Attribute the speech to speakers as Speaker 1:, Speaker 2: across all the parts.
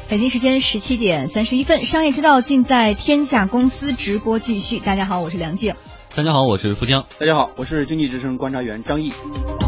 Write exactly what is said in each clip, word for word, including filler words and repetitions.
Speaker 1: 北京时间十七点三十一分，商业之道尽在天下公司直播继续。大家好，我是梁静。
Speaker 2: 大家好，我是付江。
Speaker 3: 大家好，我是经济之声观察员张毅。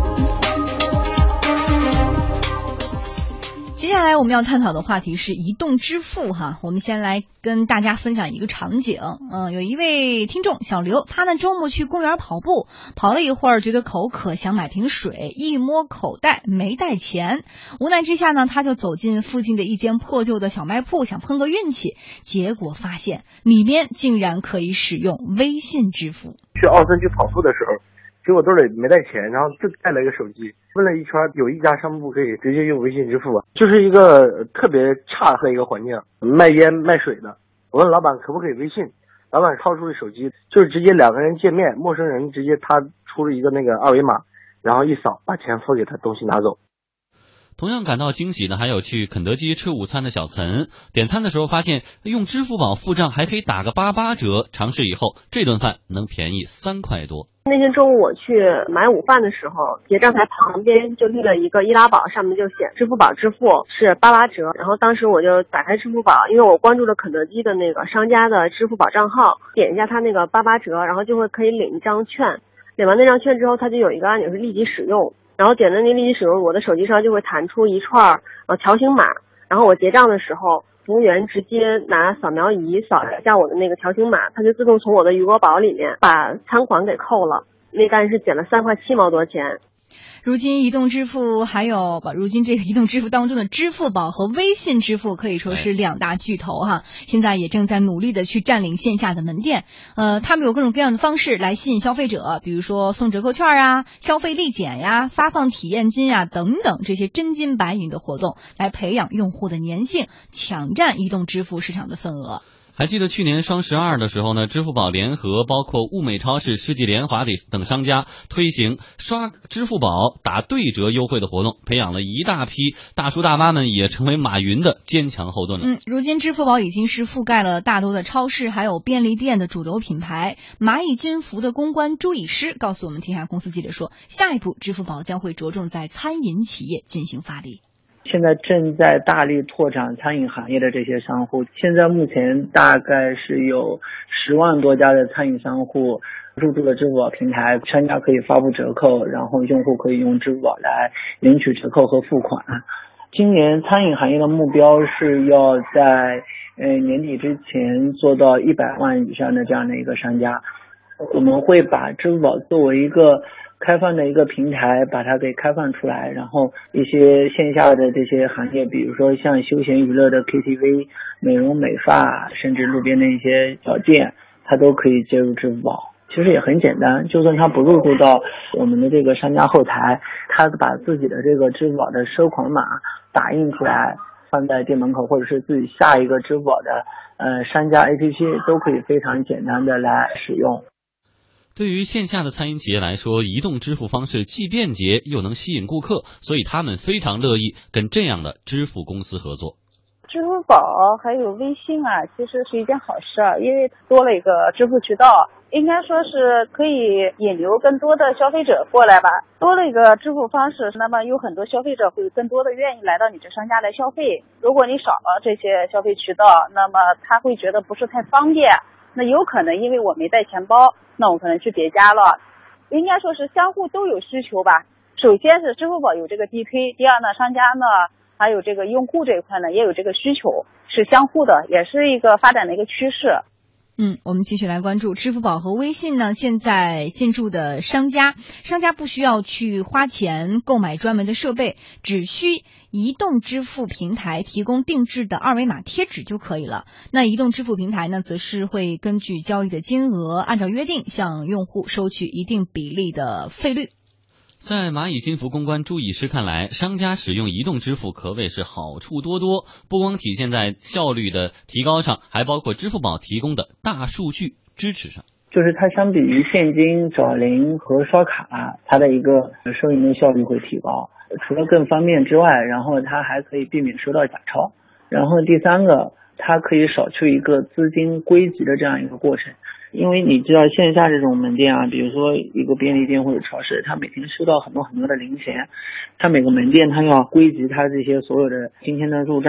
Speaker 1: 接下来我们要探讨的话题是移动支付哈，我们先来跟大家分享一个场景。嗯、呃，有一位听众小刘，他呢周末去公园跑步，跑了一会儿觉得口渴，想买瓶水，一摸口袋没带钱，无奈之下呢，他就走进附近的一间破旧的小卖铺，想碰个运气，结果发现里面竟然可以使用微信支付。
Speaker 4: 去奥森去跑步的时候，结果兜里没带钱，然后就带了一个手机，问了一圈，有一家商铺可以直接用微信支付，就是一个特别差的一个环境，卖烟卖水的。我问老板可不可以微信，老板掏出了手机，就是直接两个人见面，陌生人直接他出了一个那个二维码，然后一扫把钱付给他，东西拿走。
Speaker 2: 同样感到惊喜的还有去肯德基吃午餐的小岑，点餐的时候发现用支付宝付账还可以打个八八折，尝试以后这顿饭能便宜三块多。
Speaker 5: 那天中午我去买午饭的时候，结账台旁边就立了一个易拉宝，上面就写支付宝支付是八八折。然后当时我就打开支付宝，因为我关注了肯德基的那个商家的支付宝账号，点一下他那个八八折，然后就会可以领一张券。领完那张券之后，它就有一个按钮是立即使用，然后点的那立即使用，我的手机上就会弹出一串呃条形码，然后我结账的时候，服务员直接拿扫描仪扫一下我的那个条形码，它就自动从我的余额宝里面把餐款给扣了，那单是减了三块七毛多钱。
Speaker 1: 如今移动支付还有如今这个移动支付当中的支付宝和微信支付可以说是两大巨头哈，现在也正在努力的去占领线下的门店。呃，他们有各种各样的方式来吸引消费者，比如说送折扣券啊、消费立减呀、发放体验金啊等等这些真金白银的活动，来培养用户的粘性，抢占移动支付市场的份额。
Speaker 2: 还记得去年双十二的时候呢，支付宝联合包括物美超市、世纪联华等商家推行刷支付宝打对折优惠的活动，培养了一大批大叔大妈们，也成为马云的坚强后盾了。
Speaker 1: 嗯，如今支付宝已经是覆盖了大多的超市还有便利店的主流品牌。蚂蚁金服的公关朱以诗告诉我们天下公司记者说，下一步支付宝将会着重在餐饮企业进行发力。
Speaker 6: 现在正在大力拓展餐饮行业的这些商户，现在目前大概是有十万多家的餐饮商户入驻了支付宝平台，商家可以发布折扣，然后用户可以用支付宝来领取折扣和付款。今年餐饮行业的目标是要在呃年底之前做到一百万以上的这样的一个商家。我们会把支付宝作为一个开放的一个平台，把它给开放出来，然后一些线下的这些行业，比如说像休闲娱乐的 K T V、美容美发，甚至路边的一些小店，它都可以接入支付宝。其实也很简单，就算它不入驻到我们的这个商家后台，它把自己的这个支付宝的收款码打印出来，放在店门口，或者是自己下一个支付宝的呃商家 A P P， 都可以非常简单的来使用。
Speaker 2: 对于线下的餐饮企业来说，移动支付方式既便捷又能吸引顾客，所以他们非常乐意跟这样的支付公司合作。
Speaker 7: 支付宝还有微信啊，其实是一件好事，因为多了一个支付渠道，应该说是可以引流更多的消费者过来吧。多了一个支付方式，那么有很多消费者会更多的愿意来到你这商家来消费。如果你少了这些消费渠道，那么他会觉得不是太方便。那有可能因为我没带钱包，那我可能去别家了。应该说是相互都有需求吧。首先是支付宝有这个地推，第二呢，商家呢还有这个用户这一块呢也有这个需求，是相互的，也是一个发展的一个趋势。
Speaker 1: 嗯，我们继续来关注支付宝和微信呢，现在进驻的商家，商家不需要去花钱购买专门的设备，只需移动支付平台提供定制的二维码贴纸就可以了。那移动支付平台呢，则是会根据交易的金额，按照约定向用户收取一定比例的费率。
Speaker 2: 在蚂蚁金服公关朱以诗看来，商家使用移动支付可谓是好处多多，不光体现在效率的提高上，还包括支付宝提供的大数据支持上。
Speaker 6: 就是它相比于现金、找零和刷卡，它的一个收银的效率会提高。除了更方便之外，然后它还可以避免收到假钞。然后第三个，它可以少去一个资金归集的这样一个过程。因为你知道线下这种门店啊，比如说一个便利店或者超市，它每天收到很多很多的零钱，它每个门店它要归集它这些所有的今天的入账，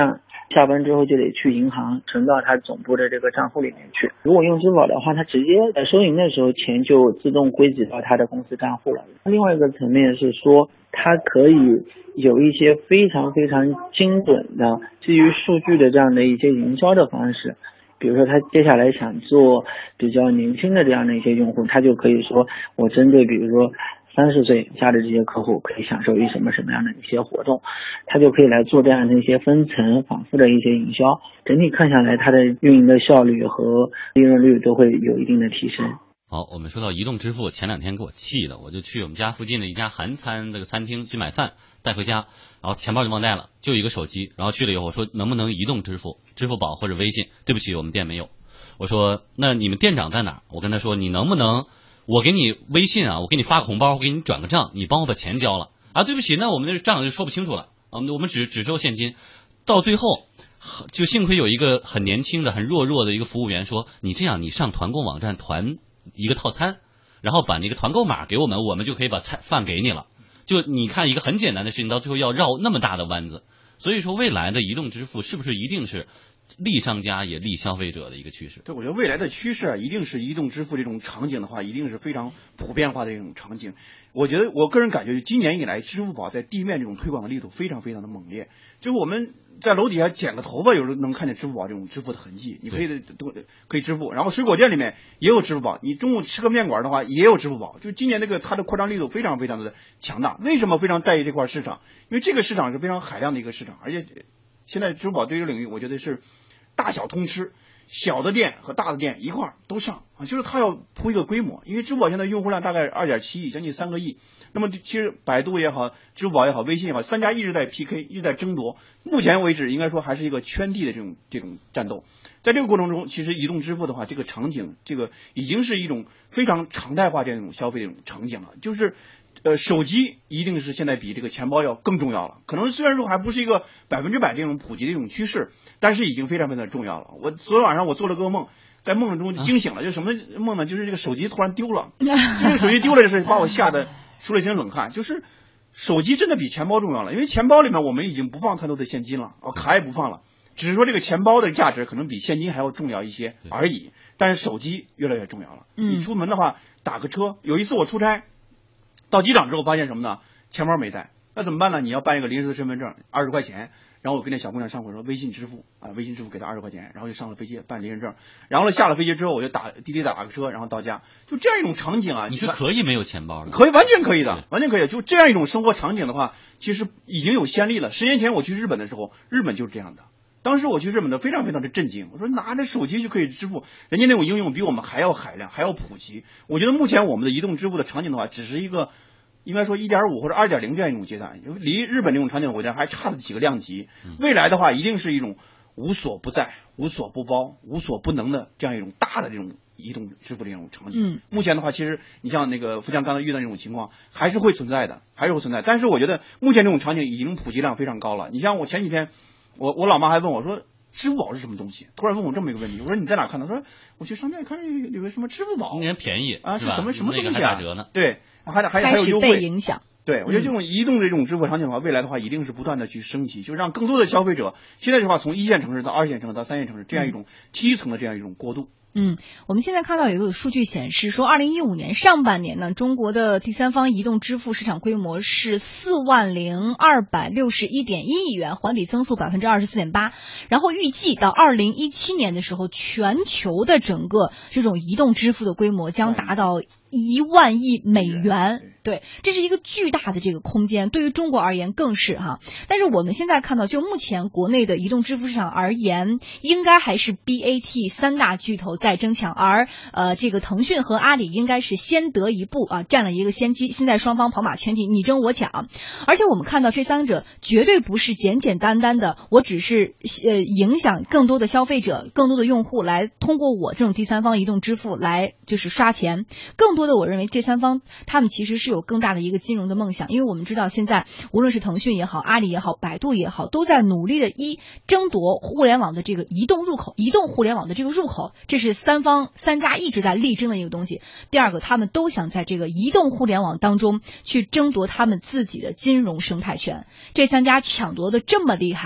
Speaker 6: 下班之后就得去银行存到他总部的这个账户里面去。如果用支付宝的话，他直接在收银的时候钱就自动归集到他的公司账户了。另外一个层面是说，它可以有一些非常非常精准的基于数据的这样的一些营销的方式。比如说他接下来想做比较年轻的这样的一些用户，他就可以说我针对比如说三十岁以下的这些客户可以享受一什么什么样的一些活动，他就可以来做这样的一些分层反复的一些营销，整体看下来它的运营的效率和利润率都会有一定的提升。
Speaker 2: 好，我们说到移动支付，前两天给我气的，我就去我们家附近的一家韩餐这个餐厅去买饭带回家，然后钱包就忘带了，就一个手机，然后去了以后我说能不能移动支付，支付宝或者微信，对不起我们店没有。我说那你们店长在哪？我跟他说你能不能我给你微信啊，我给你发个红包，我给你转个账，你帮我把钱交了啊？对不起，那我们这账就说不清楚了啊，我们只只收现金。到最后就幸亏有一个很年轻的很弱弱的一个服务员说，你这样你上团购网站团一个套餐，然后把那个团购码给我们，我们就可以把菜饭给你了。就你看一个很简单的事情，到最后要绕那么大的弯子。所以说未来的移动支付是不是一定是利商家也利消费者的一个趋势？
Speaker 3: 对，我觉得未来的趋势啊，一定是移动支付这种场景的话，一定是非常普遍化的一种场景。我觉得我个人感觉，今年以来，支付宝在地面这种推广的力度非常非常的猛烈。就是我们在楼底下剪个头发，有时候能看见支付宝这种支付的痕迹，你可以都可以支付。然后水果店里面也有支付宝，你中午吃个面馆的话也有支付宝。就今年这个它的扩张力度非常非常的强大。为什么非常在意这块市场？因为这个市场是非常海量的一个市场，而且现在支付宝对这个领域，我觉得是大小通吃，小的店和大的店一块儿都上啊，就是它要铺一个规模。因为支付宝现在用户量大概二点七亿，将近三个亿。那么其实百度也好，支付宝也好，微信也好，三家一直在 P K， 一直在争夺。目前为止，应该说还是一个圈地的这种这种战斗。在这个过程中，其实移动支付的话，这个场景，这个已经是一种非常常态化这种消费的这种场景了，就是。呃，手机一定是现在比这个钱包要更重要了。可能虽然说还不是一个百分之百这种普及的一种趋势，但是已经非常非常重要了。我昨天晚上我做了个梦，在梦中惊醒了，就什么梦呢？就是这个手机突然丢了，这个手机丢了的事把我吓得出了一身冷汗。就是手机真的比钱包重要了，因为钱包里面我们已经不放太多的现金了，哦，卡也不放了，只是说这个钱包的价值可能比现金还要重要一些而已。但是手机越来越重要了。你出门的话打个车，有一次我出差。到机场之后发现什么呢？钱包没带，那怎么办呢？你要办一个临时的身份证，二十块钱。然后我跟那小姑娘上会说微信支付啊，微信支付给她二十块钱，然后就上了飞机办临时证。然后呢下了飞机之后，我就打滴滴打个车，然后到家。就这样一种场景啊，
Speaker 2: 你是可以没有钱包的？
Speaker 3: 可以，完全可以的，完全可以。就这样一种生活场景的话，其实已经有先例了。十年前我去日本的时候，日本就是这样的。当时我去日本的非常非常的震惊，我说拿着手机就可以支付，人家那种应用比我们还要海量，还要普及。我觉得目前我们的移动支付的场景的话，只是一个应该说 一点五 或者 二点零 这样一种阶段，离日本这种场景我觉得还差了几个量级。未来的话一定是一种无所不在、无所不包、无所不能的这样一种大的这种移动支付的这种场景。目前的话其实你像那个富强刚才遇到这种情况还是会存在的，还是会存在。但是我觉得目前这种场景已经普及量非常高了。你像我前几天我我老妈还问我说支付宝是什么东西？突然问我这么一个问题，我说你在哪看到？他说我去商店看有个什么支付宝，
Speaker 2: 那便宜
Speaker 3: 啊，
Speaker 2: 是
Speaker 3: 什么什么东西啊？
Speaker 2: 那个还打折呢？
Speaker 3: 对，还还还有优惠。
Speaker 1: 开始被影响。
Speaker 3: 对，我觉得这种移动的这种支付场景的话，未来的话一定是不断的去升级，就让更多的消费者现在的话从一线城市到二线城市到三线城市这样一种梯层的这样一种过渡。
Speaker 1: 嗯，我们现在看到有一个数据显示说，二零一五年上半年呢，中国的第三方移动支付市场规模是四万零二百六十一点一亿元，环比增速百分之二十四点八。然后预计到二零一七年的时候，全球的整个这种移动支付的规模将达到一万亿美元。对，这是一个巨大的这个空间，对于中国而言更是哈。但是我们现在看到，就目前国内的移动支付市场而言，应该还是 B A T 三大巨头在争抢，而呃，这个腾讯和阿里应该是先得一步啊，占了一个先机。现在双方跑马圈地，你争我抢。而且我们看到这三者绝对不是简简单单的，我只是呃影响更多的消费者、更多的用户来通过我这种第三方移动支付来就是刷钱。更多的，我认为这三方他们其实是有更大的一个金融的梦想，因为我们知道现在无论是腾讯也好，阿里也好，百度也好，都在努力的一争夺互联网的这个移动入口，移动互联网的这个入口，这是三方三家一直在力争的一个东西。第二个，他们都想在这个移动互联网当中去争夺他们自己的金融生态圈。这三家抢夺的这么厉害，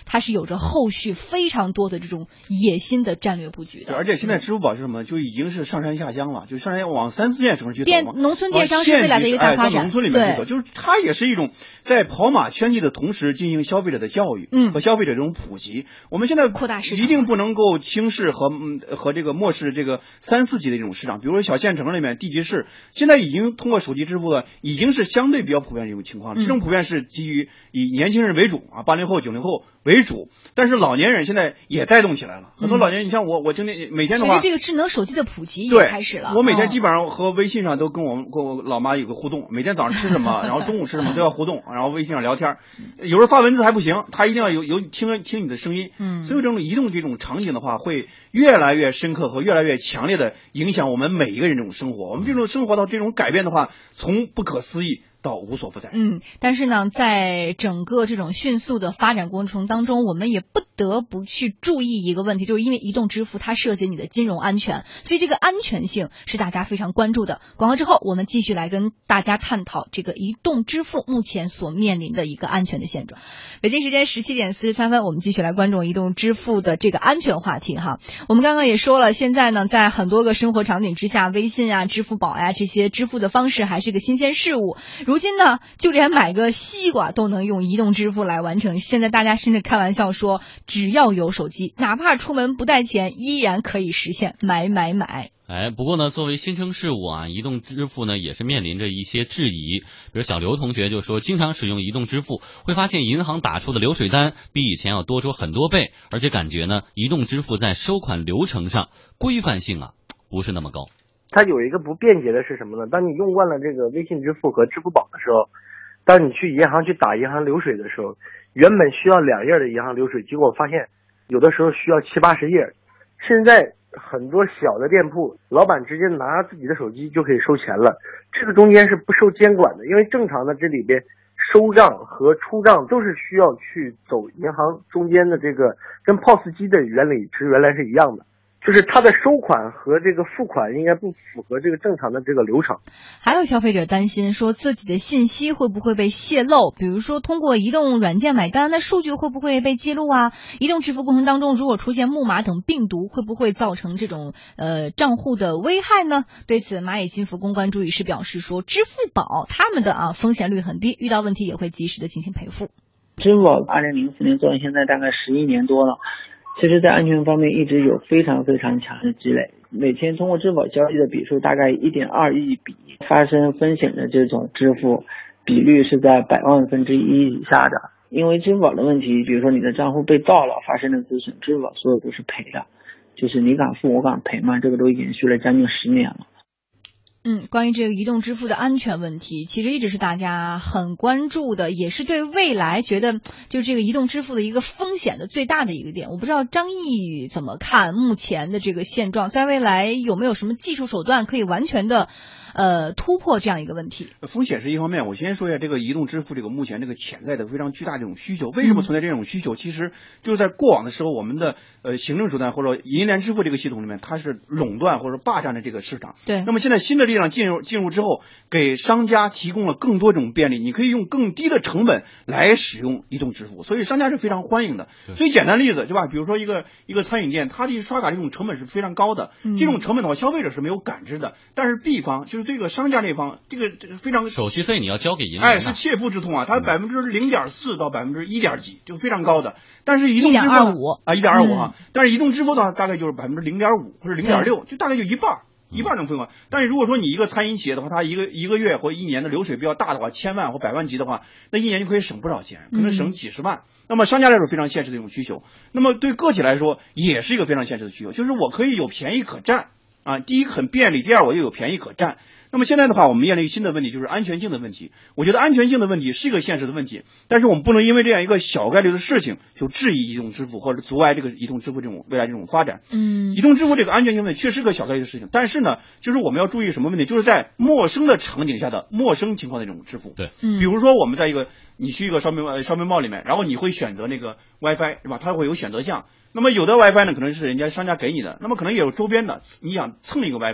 Speaker 1: 它是有着后续非常多的这种野心的战略布局的。
Speaker 3: 而且现在支付宝是什么？就已经是上山下乡了，就上山往三四线城市去走
Speaker 1: 电
Speaker 3: 嘛。
Speaker 1: 农村电商是未来的一个大发展，
Speaker 3: 哎、农村里面去走，就是它也是一种在跑马圈地的同时进行消费者的教育，
Speaker 1: 嗯，
Speaker 3: 和消费者这种普及。我们现在
Speaker 1: 扩大市场，
Speaker 3: 一定不能够轻视和和这个漠视这个三四级的这种市场，比如说小县城里面地级市，现在已经通过手机支付的，已经是相对比较普遍的一种情况了。这种普遍是基于以年轻人为主啊，八零后、九零后为主，但是老年人现在也带动起来了。很多老年人，你像我，我今天每天的话，
Speaker 1: 随着这个智能手机的普及也开始了。
Speaker 3: 我每天基本上和微信上都跟我跟我老妈有个互动，每天早上吃什么，然后中午吃什么都要互动，然后微信上聊天。有时候发文字还不行，他一定要有有听听你的声音。
Speaker 1: 嗯，
Speaker 3: 所以这种移动这种场景的话，会越来越深刻和越来越强烈的影响我们每一个人这种生活。我们这种生活到这种改变的话，从不可思议到无所不在。
Speaker 1: 嗯，但是呢，在整个这种迅速的发展过程当中，我们也不得不去注意一个问题，就是因为移动支付它涉及你的金融安全，所以这个安全性是大家非常关注的。广告之后，我们继续来跟大家探讨这个移动支付目前所面临的一个安全的现状。北京时间十七点四十三分，我们继续来关注移动支付的这个安全话题哈。我们刚刚也说了，现在呢，在很多个生活场景之下，微信啊、支付宝呀、啊、这些支付的方式还是个新鲜事物。如今呢，就连买个西瓜都能用移动支付来完成。现在大家甚至开玩笑说，只要有手机，哪怕出门不带钱，依然可以实现买买买。
Speaker 2: 哎，不过呢，作为新生事物啊，移动支付呢也是面临着一些质疑。比如小刘同学就说，经常使用移动支付，会发现银行打出的流水单比以前要多出很多倍，而且感觉呢，移动支付在收款流程上规范性啊不是那么高。
Speaker 4: 它有一个不便捷的是什么呢？当你用惯了这个微信支付和支付宝的时候，当你去银行去打银行流水的时候，原本需要两页的银行流水，结果发现有的时候需要七八十页。现在很多小的店铺，老板直接拿自己的手机就可以收钱了，这个中间是不受监管的，因为正常的这里边收账和出账都是需要去走银行中间的，这个跟 P O S 机的原理是原来是一样的。就是它的收款和这个付款应该不符合这个正常的这个流程。
Speaker 1: 还有消费者担心说自己的信息会不会被泄露，比如说通过移动软件买单，那数据会不会被记录啊？移动支付过程当中如果出现木马等病毒，会不会造成这种呃账户的危害呢？对此，蚂蚁金服公关助理师表示说，支付宝他们的啊风险率很低，遇到问题也会及时的进行赔付。
Speaker 6: 支付宝二零零四年做到现在大概十一年多了。其实在安全方面一直有非常非常强的积累，每天通过支付宝交易的笔数大概 一点二亿笔，发生风险的这种支付比率是在百万分之一以下的。因为支付宝的问题，比如说你的账户被盗了，发生的资损，支付宝所有都是赔的，就是你敢付我敢赔嘛，这个都延续了将近十年了。
Speaker 1: 嗯，关于这个移动支付的安全问题，其实一直是大家很关注的，也是对未来觉得就是这个移动支付的一个风险的最大的一个点。我不知道张毅怎么看目前的这个现状，在未来有没有什么技术手段可以完全的呃突破这样一个问题？
Speaker 3: 风险是一方面，我先说一下这个移动支付这个目前这个潜在的非常巨大的这种需求。为什么存在这种需求？嗯、其实就是在过往的时候，我们的呃行政手段或者银联支付这个系统里面，它是垄断或者霸占着这个市场。
Speaker 1: 对。
Speaker 3: 那么现在新的力量进入进入之后，给商家提供了更多这种便利，你可以用更低的成本来使用移动支付，所以商家是非常欢迎的。最简单的例子，对吧？比如说一个一个餐饮店，它的刷卡这种成本是非常高的，嗯、这种成本的话，消费者是没有感知的。但是 B 方就是这个商家那方，这个这个非常
Speaker 2: 手续费你要交给银行，
Speaker 3: 哎，是切肤之痛啊！它百分之零点四到百分之一点几，就非常高的。但是移动支付啊，一点二五啊，但是移动支付的话，大概就是百分之零点五或者零点六，就大概就一半。一半能分完，但是如果说你一个餐饮企业的话，它一个一个月或一年的流水比较大的话，千万或百万级的话，那一年就可以省不少钱，可能省几十万。嗯、那么商家来说非常现实的一种需求，那么对个体来说也是一个非常现实的需求，就是我可以有便宜可占啊，第一很便利，第二我又有便宜可占。那么现在的话，我们面临一个新的问题，就是安全性的问题。我觉得安全性的问题是一个现实的问题，但是我们不能因为这样一个小概率的事情就质疑移动支付或者阻碍这个移动支付这种未来这种发展。
Speaker 1: 嗯，
Speaker 3: 移动支付这个安全性问题确实是个小概率的事情，但是呢，就是我们要注意什么问题？就是在陌生的场景下的陌生情况的这种支付。
Speaker 2: 对，
Speaker 1: 嗯，
Speaker 3: 比如说我们在一个你去一个 shopping shopping mall 里面，然后你会选择那个 WiFi 是吧？它会有选择项。那么有的 WiFi 呢，可能是人家商家给你的，那么可能也有周边的，你想蹭一个 WiFi。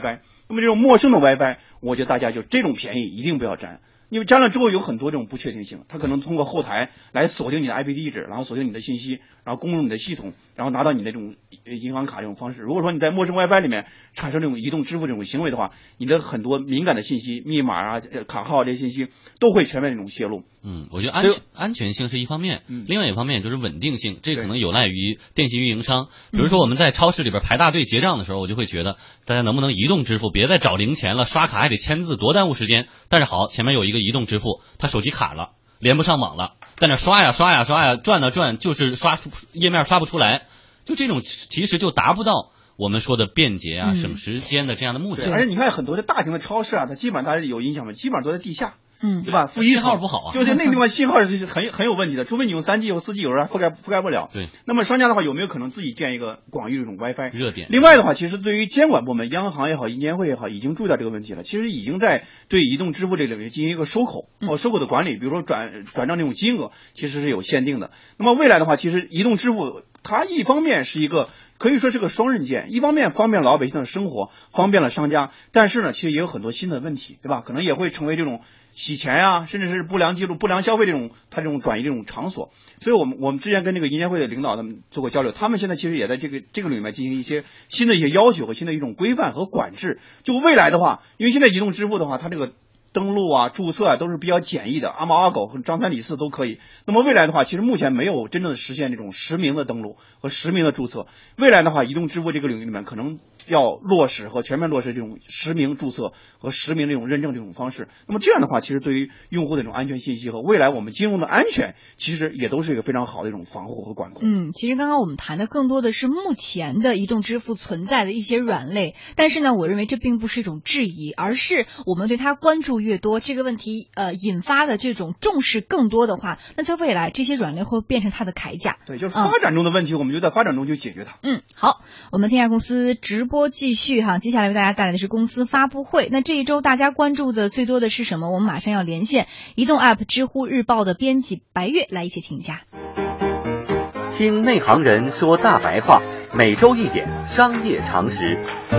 Speaker 3: 那么这种陌生的 WiFi， 我觉得大家就这种便宜一定不要占。因为占了之后有很多这种不确定性，它可能通过后台来锁定你的 I P 地址，然后锁定你的信息，然后攻入你的系统，然后拿到你的这种银行卡这种方式。如果说你在陌生 WiFi 里面产生这种移动支付这种行为的话，你的很多敏感的信息、密码啊、卡号这些信息都会全面这种泄露。
Speaker 2: 嗯，我觉得安全安全性是一方面，
Speaker 3: 嗯、
Speaker 2: 另外一方面就是稳定性，这可能有赖于电信运营商。比如说我们在超市里边排大队结账的时候，我就会觉得大家能不能移动支付，别再找零钱了，刷卡还得签字，多耽误时间。但是好，前面有一个移动支付。他手机卡了，连不上网了，在那刷呀刷呀刷呀，转啊转，就是刷出页面刷不出来，就这种其实就达不到我们说的便捷啊、嗯、省时间的这样的目的。
Speaker 3: 而且你看很多的大型的超市啊，它基本上大家有印象吗？基本上都在地下。
Speaker 1: 嗯，
Speaker 3: 对吧？负一
Speaker 2: 信号不好啊，
Speaker 3: 就是那个地方信号是很很有问题的，除非你用三 G 或四 G， 有时候覆盖覆盖不了。
Speaker 2: 对。
Speaker 3: 那么商家的话，有没有可能自己建一个广域这种 WiFi
Speaker 2: 热点？
Speaker 3: 另外的话，其实对于监管部门，央行也好，银监会也好，已经注意到这个问题了。其实已经在对移动支付这领域进行一个收口哦，收口的管理，比如说转转账这种金额，其实是有限定的。那么未来的话，其实移动支付它一方面是一个可以说是个双刃剑，一方面方便了老百姓的生活，方便了商家，但是呢，其实也有很多新的问题，对吧？可能也会成为这种洗钱呀、啊，甚至是不良记录、不良消费这种，它这种转移这种场所。所以我们我们之前跟这个银监会的领导他们做过交流，他们现在其实也在这个这个里面进行一些新的一些要求和新的一种规范和管制。就未来的话，因为现在移动支付的话，它这个登录啊、注册啊都是比较简易的，阿猫阿狗和张三李四都可以。那么未来的话，其实目前没有真正的实现这种实名的登录和实名的注册。未来的话，移动支付这个领域里面可能要落实和全面落实这种实名注册和实名这种认证这种方式。那么这样的话，其实对于用户的这种安全信息和未来我们金融的安全，其实也都是一个非常好的一种防护和管控。
Speaker 1: 嗯，其实刚刚我们谈的更多的是目前的移动支付存在的一些软肋，但是呢，我认为这并不是一种质疑，而是我们对它关注越多，这个问题呃引发的这种重视更多的话，那在未来这些软肋会变成它的铠甲。
Speaker 3: 对，就是发展中的问题，嗯、我们就在发展中去解决它。
Speaker 1: 嗯，好，我们天下公司直播继续哈，接下来为大家带来的是公司发布会。那这一周大家关注的最多的是什么？我们马上要连线移动 App 知乎日报的编辑白月来一起听一下。
Speaker 8: 听内行人说大白话，每周一点商业常识。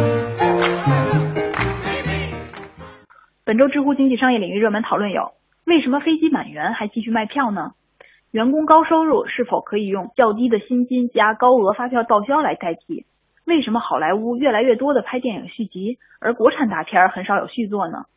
Speaker 9: 本周知乎经济商业领域热门讨论有：为什么飞机满员还继续卖票呢？员工高收入是否可以用较低的薪金加高额发票报销来代替？为什么好莱坞越来越多的拍电影续集，而国产大片很少有续作呢？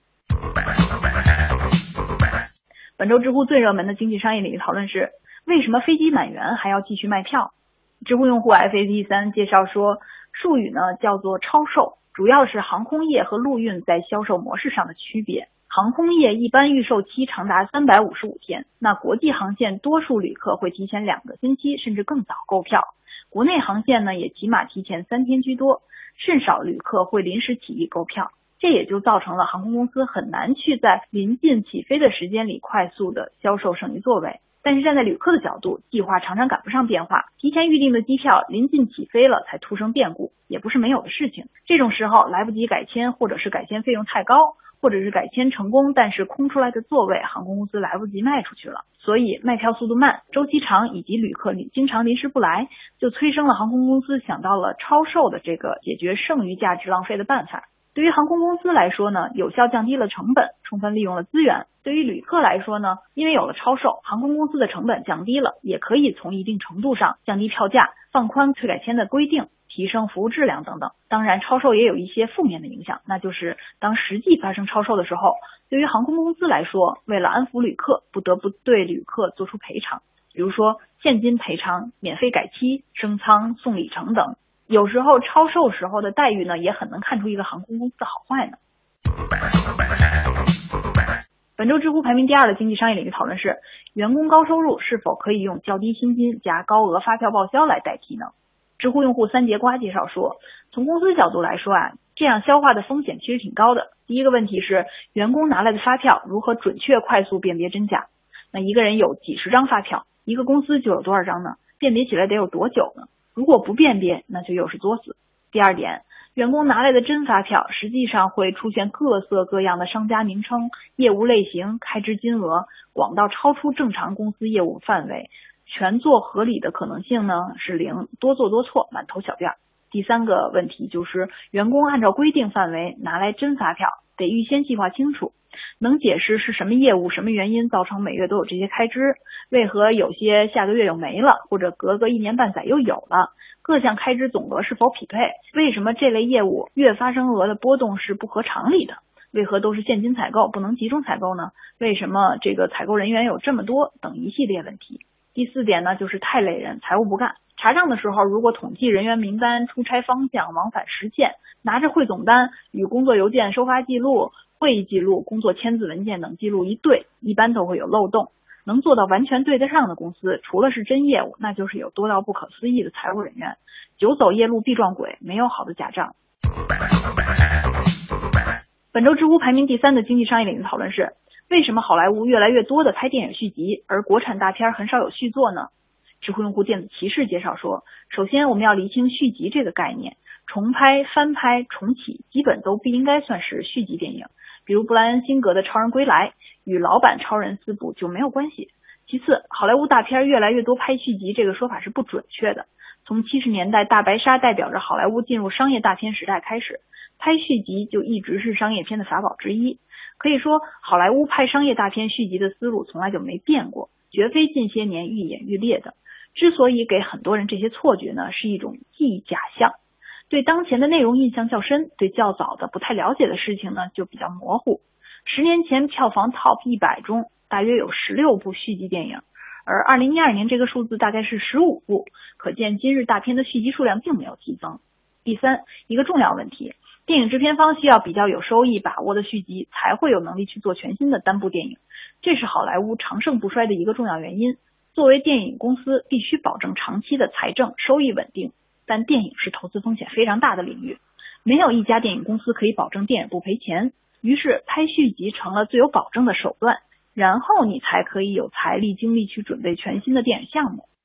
Speaker 9: 本周知乎最热门的经济商业领域讨论是：为什么飞机满员还要继续卖票？知乎用户 F A T 三 介绍说，术语呢叫做超售，主要是航空业和陆运在销售模式上的区别。航空业一般预售期长达三百五十五天，那国际航线多数旅客会提前两个星期甚至更早购票，国内航线呢也起码提前三天居多，甚少旅客会临时起意购票，这也就造成了航空公司很难去在临近起飞的时间里快速的销售剩余座位。但是站在旅客的角度，计划常常赶不上变化，提前预定的机票临近起飞了才突生变故，也不是没有的事情。这种时候来不及改签，或者是改签费用太高，或者是改签成功但是空出来的座位航空公司来不及卖出去了，所以卖票速度慢、周期长以及旅客经常临时不来，就催生了航空公司想到了超售的这个解决剩余价值浪费的办法。对于航空公司来说呢，有效降低了成本，充分利用了资源。对于旅客来说呢，因为有了超售，航空公司的成本降低了，也可以从一定程度上降低票价，放宽退改签的规定，提升服务质量等等。当然，超售也有一些负面的影响，那就是当实际发生超售的时候，对于航空公司来说，为了安抚旅客，不得不对旅客做出赔偿，比如说现金赔偿、免费改期、升舱、送里程等。有时候超售时候的待遇呢，也很能看出一个航空公司的好坏呢。本周知乎排名第二的经济商业领域讨论是：员工高收入是否可以用较低薪金加高额发票报销来代替呢？知乎用户三节瓜介绍说，从公司角度来说啊，这样消化的风险其实挺高的。第一个问题是，员工拿来的发票如何准确快速辨别真假？那一个人有几十张发票，一个公司就有多少张呢？辨别起来得有多久呢？如果不辨别，那就又是作死。第二点，员工拿来的真发票实际上会出现各色各样的商家名称、业务类型、开支金额，广到超出正常公司业务范围，全做合理的可能性呢是零，多做多错，满头小辫。 第三个问题就是员工按照规定范围拿来真发票，得预先计划清楚，能解释是什么业务、什么原因造成每月都有这些开支，为何有些下个月又没了，或者隔个一年半载又有了，各项开支总额是否匹配，为什么这类业务月发生额的波动是不合常理的，为何都是现金采购不能集中采购呢？为什么这个采购人员有这么多等一系列问题。第四点呢，就是太累人，财务不干。查账的时候，如果统计人员名单、出差方向、往返时间，拿着汇总单与工作邮件收发记录、会议记录、工作签字文件等记录一对，一般都会有漏洞。能做到完全对得上的公司，除了是真业务，那就是有多到不可思议的财务人员。久走夜路必撞鬼，没有好的假账。本周知乎排名第三的经济商业领域讨论是：为什么好莱坞越来越多的拍电影续集，而国产大片很少有续作呢？知乎用户电子骑士介绍说，首先我们要厘清续集这个概念，重拍、翻拍、重启基本都不应该算是续集电影，比如布莱恩辛格的《超人归来》与老版《超人四部》就没有关系。其次，好莱坞大片越来越多拍续集这个说法是不准确的。从七十年代大白鲨代表着好莱坞进入商业大片时代开始，拍续集就一直是商业片的法宝之一。可以说，好莱坞拍商业大片续集的思路从来就没变过，绝非近些年愈演愈烈的。之所以给很多人这些错觉呢，是一种记忆假象，对当前的内容印象较深，对较早的不太了解的事情呢就比较模糊。十年前票房 top 一百中大约有十六部续集电影，而二零一二年这个数字大概是十五部，可见今日大片的续集数量并没有激增。第三，一个重要问题，电影制片方需要比较有收益把握的续集，才会有能力去做全新的单部电影，这是好莱坞长盛不衰的一个重要原因。作为电影公司，必须保证长期的财政收益稳定，但电影是投资风险非常大的领域，没有一家电影公司可以保证电影不赔钱，于是拍续集成了最有保证的手段，然后你才可以有财力精力去准备全新的电影项目。